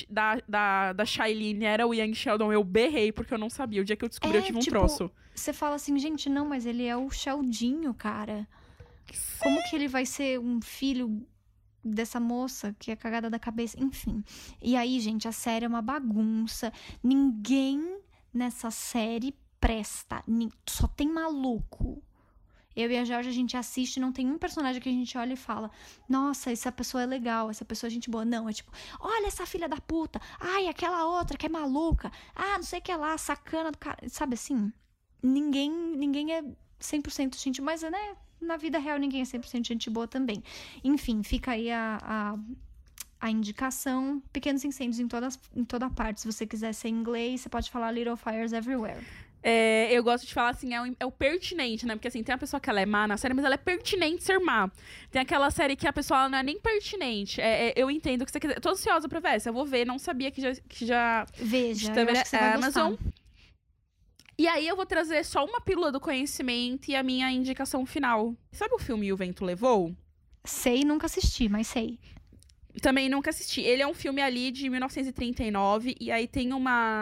[SPEAKER 1] da Shailene era o Young Sheldon, eu berrei, porque eu não sabia. O dia que eu descobri, eu tive um troço.
[SPEAKER 2] Você fala assim, gente, não, mas ele é o Sheldinho, cara. Como que ele vai ser um filho dessa moça que é cagada da cabeça? Enfim. E aí, gente, a série é uma bagunça. Ninguém nessa série presta. Só tem maluco. Eu e a Jorge, a gente assiste e não tem um personagem que a gente olha e fala: nossa, essa pessoa é legal, essa pessoa é gente boa. Não, é tipo: olha essa filha da puta. Ai, aquela outra que é maluca. Ah, não sei o que lá, sacana do cara. Sabe assim? Ninguém é 100% gente, mas, né? Na vida real, ninguém é 100% gente boa também. Enfim, fica aí a indicação. Pequenos incêndios em toda parte. Se você quiser ser inglês, você pode falar Little Fires Everywhere.
[SPEAKER 1] Eu gosto de falar assim, é o pertinente, né? Porque assim, tem a pessoa que ela é má na série, mas ela é pertinente ser má. Tem aquela série que a pessoa não é nem pertinente. Eu entendo o que você quiser. Tô ansiosa pra ver essa. Eu vou ver, não sabia que já
[SPEAKER 2] Veja, eu acho que você vai
[SPEAKER 1] Amazon.
[SPEAKER 2] gostar.
[SPEAKER 1] E aí eu vou trazer só uma pílula do conhecimento e a minha indicação final. Sabe o filme O Vento Levou?
[SPEAKER 2] Sei, nunca assisti, mas sei.
[SPEAKER 1] Também nunca assisti. Ele é um filme ali de 1939 e aí tem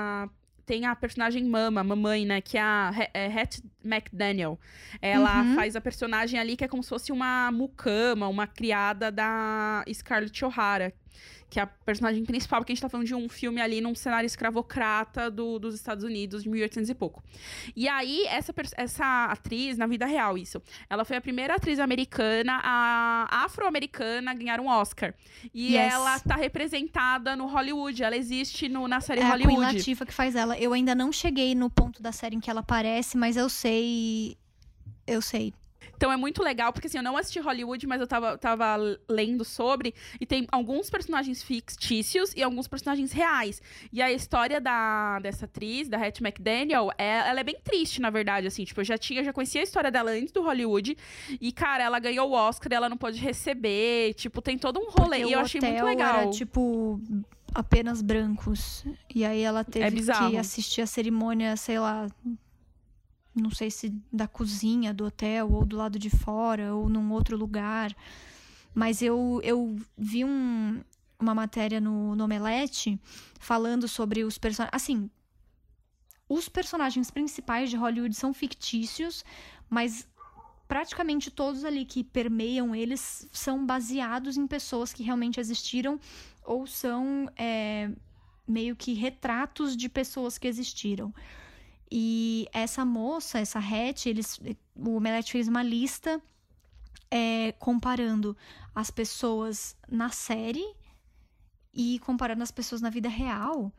[SPEAKER 1] a personagem mamãe, né, que é a Hattie McDaniel. Ela faz a personagem ali que é como se fosse uma mucama, uma criada da Scarlett O'Hara, que é a personagem principal, porque a gente tá falando de um filme ali num cenário escravocrata dos Estados Unidos, de 1800 e pouco. E aí, essa atriz, na vida real, ela foi a primeira atriz americana, afro-americana, a ganhar um Oscar. E ela tá representada no Hollywood, ela existe na série Hollywood.
[SPEAKER 2] É a Queen Latifah que faz ela. Eu ainda não cheguei no ponto da série em que ela aparece, mas eu sei.
[SPEAKER 1] Então é muito legal, porque assim, eu não assisti Hollywood, mas eu tava lendo sobre, e tem alguns personagens fictícios e alguns personagens reais. E a história dessa atriz, da Hattie McDaniel, ela é bem triste, na verdade, assim, tipo, eu já conhecia a história dela antes do Hollywood, e, cara, ela ganhou o Oscar e ela não pôde receber, tipo, tem todo um rolê, e eu achei muito legal.
[SPEAKER 2] Era, tipo, apenas brancos, e aí ela teve que assistir a cerimônia, sei lá... Não sei se da cozinha do hotel, ou do lado de fora, ou num outro lugar. Mas eu vi uma matéria no Omelete falando sobre os personagens. Assim, os personagens principais de Hollywood são fictícios, mas praticamente todos ali que permeiam eles são baseados em pessoas que realmente existiram ou são meio que retratos de pessoas que existiram. E essa moça, essa Hattie, o Omelete fez uma lista comparando as pessoas na série e comparando as pessoas na vida real.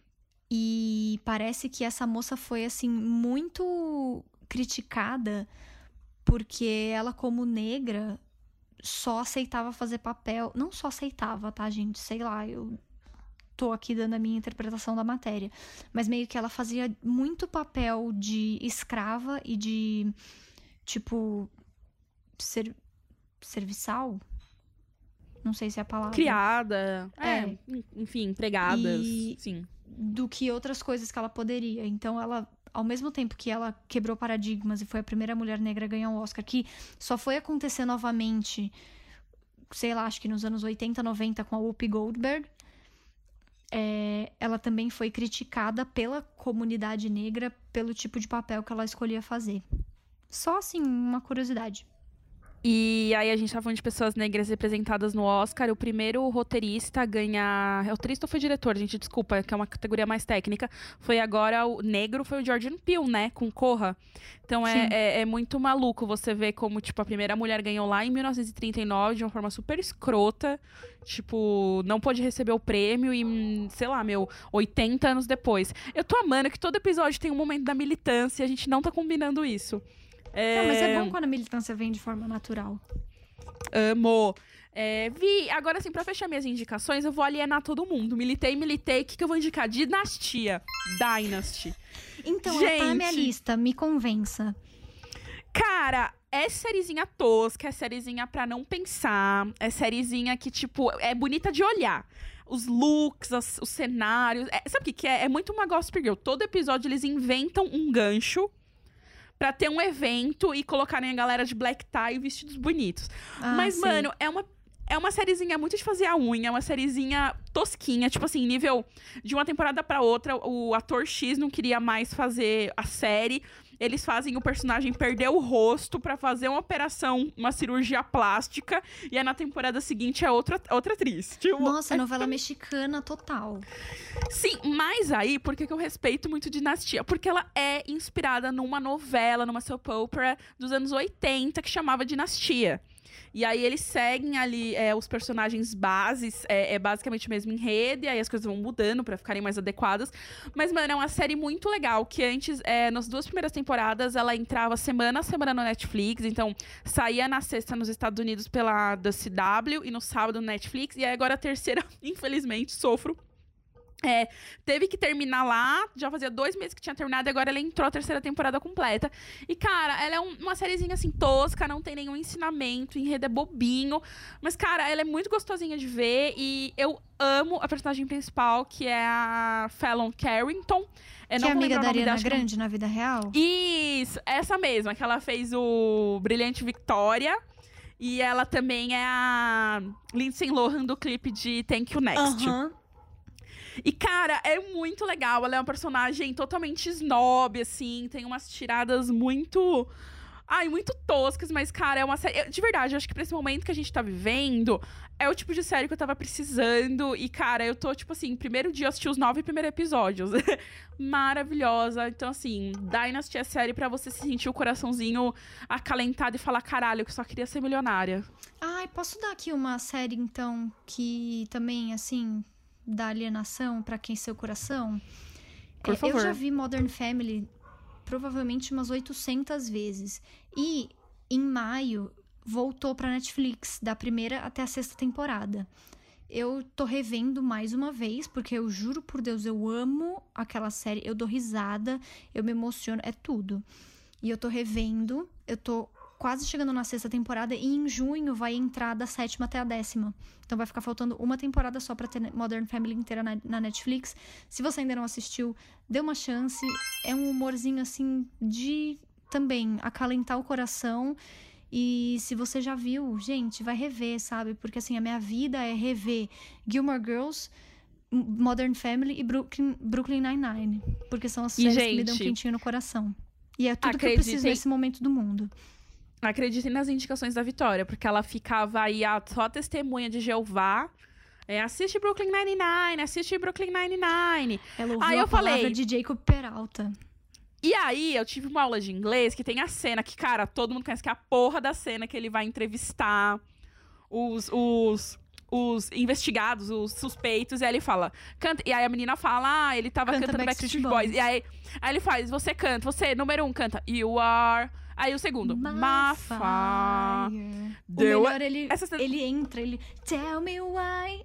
[SPEAKER 2] E parece que essa moça foi, assim, muito criticada porque ela, como negra, só aceitava fazer papel... Não só aceitava, tá, gente? Sei lá, eu... tô aqui dando a minha interpretação da matéria, mas meio que ela fazia muito papel de escrava e de, tipo, serviçal, não sei se é a palavra.
[SPEAKER 1] Criada, enfim, empregadas, sim.
[SPEAKER 2] Do que outras coisas que ela poderia. Então, ela, ao mesmo tempo que ela quebrou paradigmas e foi a primeira mulher negra a ganhar um Oscar, que só foi acontecer novamente, sei lá, acho que nos anos 80, 90, com a Whoopi Goldberg, ela também foi criticada pela comunidade negra pelo tipo de papel que ela escolhia fazer. Só, assim, uma curiosidade.
[SPEAKER 1] E aí a gente tá falando de pessoas negras representadas no Oscar. O primeiro roteirista a ganhar... Roteirista ou foi diretor, gente? Desculpa, que é uma categoria mais técnica. Foi agora o negro, foi o Jordan Peele, né? Com Corra. Então é muito maluco você ver como, tipo, a primeira mulher ganhou lá em 1939 de uma forma super escrota. Tipo, não pôde receber o prêmio e, sei lá, 80 anos depois. Eu tô amando que todo episódio tem um momento da militância e a gente não tá combinando isso.
[SPEAKER 2] Não, mas é bom quando a militância vem de forma natural.
[SPEAKER 1] Amo. Agora assim, pra fechar minhas indicações, eu vou alienar todo mundo. Militei. O que eu vou indicar? Dinastia. Dynasty.
[SPEAKER 2] Então, ela tá na minha lista. Me convença.
[SPEAKER 1] Cara, é sériezinha tosca, é sériezinha pra não pensar. É sériezinha que, tipo, é bonita de olhar. Os looks, os cenários. Sabe o que é? É muito uma Gossip Girl. Todo episódio eles inventam um gancho pra ter um evento e colocarem a galera de black tie e vestidos bonitos. Mas, sim, mano, é uma sériezinha muito de fazer a unha, é uma sériezinha tosquinha, tipo assim, nível de uma temporada pra outra, o ator X não queria mais fazer a série, eles fazem o personagem perder o rosto pra fazer uma operação, uma cirurgia plástica, e aí na temporada seguinte é outra atriz. Tipo,
[SPEAKER 2] nossa, novela mexicana total.
[SPEAKER 1] Sim, mas aí, por que eu respeito muito Dinastia? Porque ela é inspirada numa novela, numa soap opera dos anos 80, que chamava Dinastia. E aí eles seguem ali os personagens bases, basicamente o mesmo enredo, e aí as coisas vão mudando pra ficarem mais adequadas. Mas, mano, é uma série muito legal, que antes, nas 2 primeiras temporadas, ela entrava semana a semana no Netflix, então saía na sexta nos Estados Unidos pela CW e no sábado no Netflix, e aí agora a terceira, infelizmente, sofro. Teve que terminar lá, já fazia 2 meses que tinha terminado e agora ela entrou a terceira temporada completa. E, cara, ela é uma sériezinha assim tosca, não tem nenhum ensinamento, o enredo é bobinho. Mas, cara, ela é muito gostosinha de ver e eu amo a personagem principal, que é a Fallon Carrington.
[SPEAKER 2] Que é amiga da Ariana Grande na vida real?
[SPEAKER 1] Isso, essa mesma, que ela fez o Brilhante Victoria. E ela também é a Lindsay Lohan do clipe de Thank You Next. E, cara, é muito legal. Ela é uma personagem totalmente snob, assim. Tem umas tiradas muito toscas. Mas, cara, é uma série... De verdade, eu acho que pra esse momento que a gente tá vivendo, é o tipo de série que eu tava precisando. E, cara, eu tô, tipo assim, primeiro dia eu assisti os 9 primeiros episódios. Maravilhosa. Então, assim, Dynasty é série pra você se sentir o coraçãozinho acalentado e falar, caralho, que eu só queria ser milionária.
[SPEAKER 2] Ai, posso dar aqui uma série, então, que também, assim... da alienação pra quem seu coração?
[SPEAKER 1] Por favor.
[SPEAKER 2] Eu já vi Modern Family provavelmente umas 800 vezes. E em maio voltou pra Netflix, da primeira até a 6ª temporada. Eu tô revendo mais uma vez, porque eu juro por Deus, eu amo aquela série, eu dou risada, eu me emociono, é tudo. E eu tô revendo, eu tô quase chegando na 6ª temporada e em junho vai entrar da 7ª até a 10ª. Então vai ficar faltando uma temporada só pra ter Modern Family inteira na Netflix. Se você ainda não assistiu, dê uma chance. É um humorzinho, assim, de também acalentar o coração. E se você já viu, gente, vai rever, sabe? Porque, assim, a minha vida é rever Gilmore Girls, Modern Family e Brooklyn Nine-Nine. Porque são as séries que me dão quentinho no coração. E é tudo que eu preciso nesse momento do mundo.
[SPEAKER 1] Acreditem nas indicações da Vitória, porque ela ficava aí só testemunha de Jeová. Assiste Brooklyn Nine-Nine, assiste Brooklyn Nine-Nine.
[SPEAKER 2] Ela ouviu a palavra de Jacob Peralta.
[SPEAKER 1] E aí, eu tive uma aula de inglês que tem a cena que, cara, todo mundo conhece, que é a porra da cena que ele vai entrevistar os investigados, os suspeitos, e aí ele fala, canta, e aí a menina fala, ele tava cantando Backstreet Boys. E aí ele faz, você canta, você, número 1, canta, You Are... Aí o segundo, Mafa.
[SPEAKER 2] O melhor, ele entra, ele... Tell me why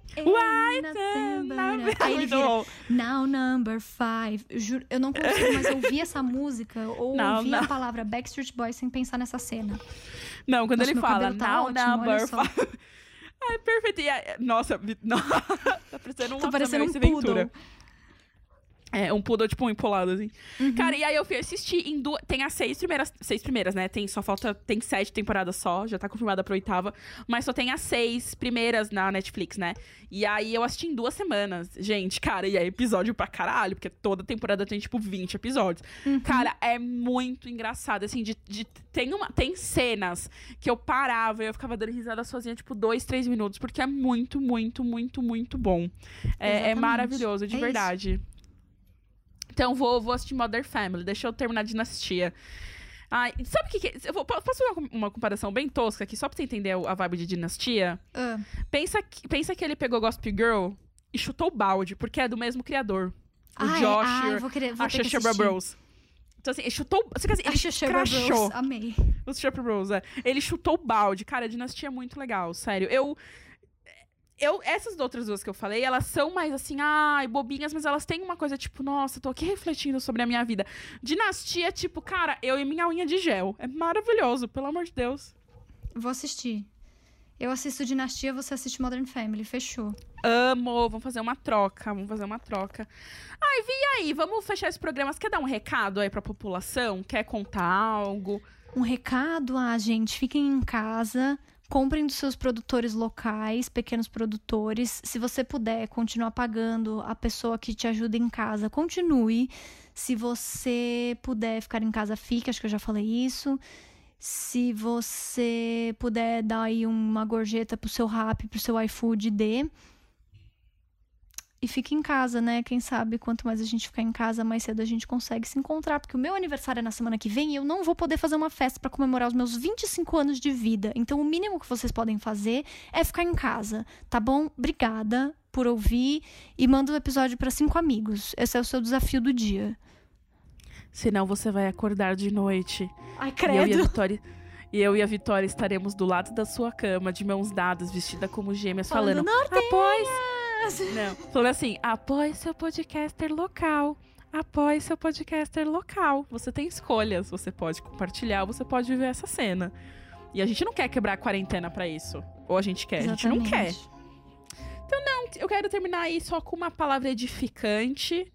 [SPEAKER 2] aí ele vira, Now number 5. Eu não consigo mais ouvir essa música ou ouvir a palavra Backstreet Boys sem pensar nessa cena.
[SPEAKER 1] Não, quando ele fala, Now number 5. Ai, perfeito. Nossa, tá parecendo
[SPEAKER 2] Tô parecendo um poodle.
[SPEAKER 1] Um poodle, tipo, um empolado, assim. Cara, e aí eu fui assistir em tem as 6 primeiras, né? Tem 7 temporadas só, já tá confirmada pra 8ª. Mas só tem as 6 primeiras na Netflix, né? E aí eu assisti em 2 semanas. Gente, cara, e é episódio pra caralho, porque toda temporada tem, tipo, 20 episódios. Cara, é muito engraçado, assim, tem cenas que eu parava e eu ficava dando risada sozinha, tipo, 2, 3 minutos, porque é muito, muito, muito, muito bom. É maravilhoso, de verdade. Isso. Então, vou assistir Modern Family. Deixa eu terminar Dinastia. Ai, sabe o que é? Posso fazer uma comparação bem tosca aqui, só pra você entender a vibe de Dinastia? Pensa que ele pegou Gossip Girl e chutou o balde, porque é do mesmo criador. O Josh e a Shashara Bros. Então, assim, ele chutou... Ele crashou.
[SPEAKER 2] Amei.
[SPEAKER 1] Os Shashara Bros, Ele chutou o balde. Cara, a Dinastia é muito legal, sério. Essas outras duas que eu falei, elas são mais assim, bobinhas, mas elas têm uma coisa tipo, nossa, tô aqui refletindo sobre a minha vida. Dinastia, tipo, cara, eu e minha unha de gel. É maravilhoso, pelo amor de Deus.
[SPEAKER 2] Vou assistir. Eu assisto Dinastia, você assiste Modern Family, fechou.
[SPEAKER 1] Amo, vamos fazer uma troca. Ai, Vi, e aí, vamos fechar esse programa. Você quer dar um recado aí pra população? Quer contar algo?
[SPEAKER 2] Um recado? Gente, fiquem em casa... Comprem dos seus produtores locais, pequenos produtores. Se você puder continuar pagando a pessoa que te ajuda em casa, continue. Se você puder ficar em casa, fique. Acho que eu já falei isso. Se você puder dar aí uma gorjeta pro seu Rappi, pro seu iFood, dê. E fique em casa, né? Quem sabe, quanto mais a gente ficar em casa, mais cedo a gente consegue se encontrar. Porque o meu aniversário é na semana que vem e eu não vou poder fazer uma festa pra comemorar os meus 25 anos de vida. Então, o mínimo que vocês podem fazer é ficar em casa, tá bom? Obrigada por ouvir e manda o episódio pra 5 amigos. Esse é o seu desafio do dia.
[SPEAKER 1] Senão você vai acordar de noite.
[SPEAKER 2] Ai, credo.
[SPEAKER 1] E eu e a Vitória estaremos do lado da sua cama, de mãos dadas, vestida como gêmeas, falando após... Não, falando assim, apoie seu podcaster local. Apoie seu podcaster local. Você tem escolhas, você pode compartilhar, você pode viver essa cena. E a gente não quer quebrar a quarentena pra isso. Ou a gente quer? Exatamente. A gente não quer. Então não, eu quero terminar aí só com uma palavra edificante.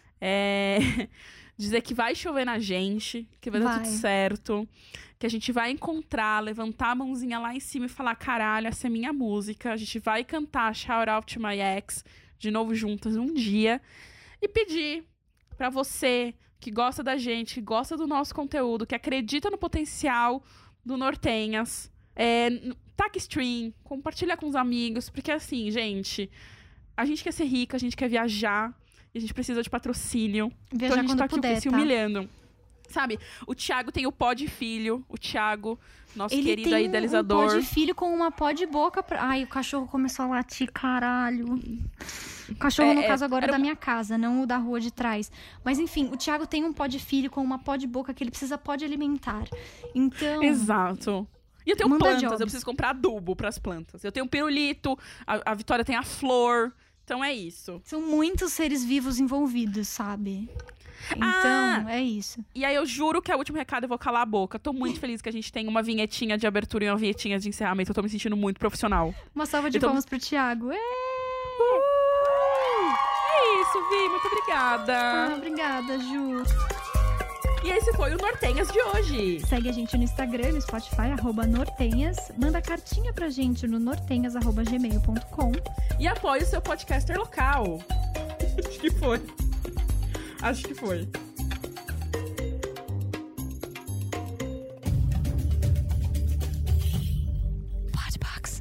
[SPEAKER 1] Dizer que vai chover na gente, que vai dar tudo certo, que a gente vai encontrar, levantar a mãozinha lá em cima e falar, caralho, essa é minha música. A gente vai cantar Shout Out to My Ex de novo juntas um dia e pedir pra você que gosta da gente, que gosta do nosso conteúdo, que acredita no potencial do Nortenhas, taca stream, compartilha com os amigos, porque assim, gente, a gente quer ser rica, a gente quer viajar, e a gente precisa de patrocínio.
[SPEAKER 2] Viajar
[SPEAKER 1] então a gente tá aqui
[SPEAKER 2] puder,
[SPEAKER 1] se humilhando. Sabe? O Thiago tem o pó de filho. O Thiago, nosso querido idealizador.
[SPEAKER 2] Ele tem um pó de filho com uma pó de boca. Ai, o cachorro começou a latir, caralho. O cachorro, no caso, agora é da minha casa, não o da rua de trás. Mas, enfim, o Thiago tem um pó de filho com uma pó de boca que ele pode alimentar. Então...
[SPEAKER 1] Exato. E eu tenho plantas, eu preciso comprar adubo pras plantas. Eu tenho um pirulito, a Vitória tem a flor... Então é isso.
[SPEAKER 2] São muitos seres vivos envolvidos, sabe? Então, é isso.
[SPEAKER 1] E aí eu juro que é o último recado, eu vou calar a boca. Tô muito feliz que a gente tem uma vinhetinha de abertura e uma vinhetinha de encerramento. Eu tô me sentindo muito profissional.
[SPEAKER 2] Uma salva de palmas pro Thiago.
[SPEAKER 1] É isso, Vi. Muito obrigada.
[SPEAKER 2] Obrigada, Ju.
[SPEAKER 1] E esse foi o Nortenhas de hoje.
[SPEAKER 2] Segue a gente no Instagram, no Spotify, @Nortenhas. Manda cartinha pra gente no nortenhas@gmail.com.
[SPEAKER 1] E apoie o seu podcaster local. Acho que foi.
[SPEAKER 2] Podbox.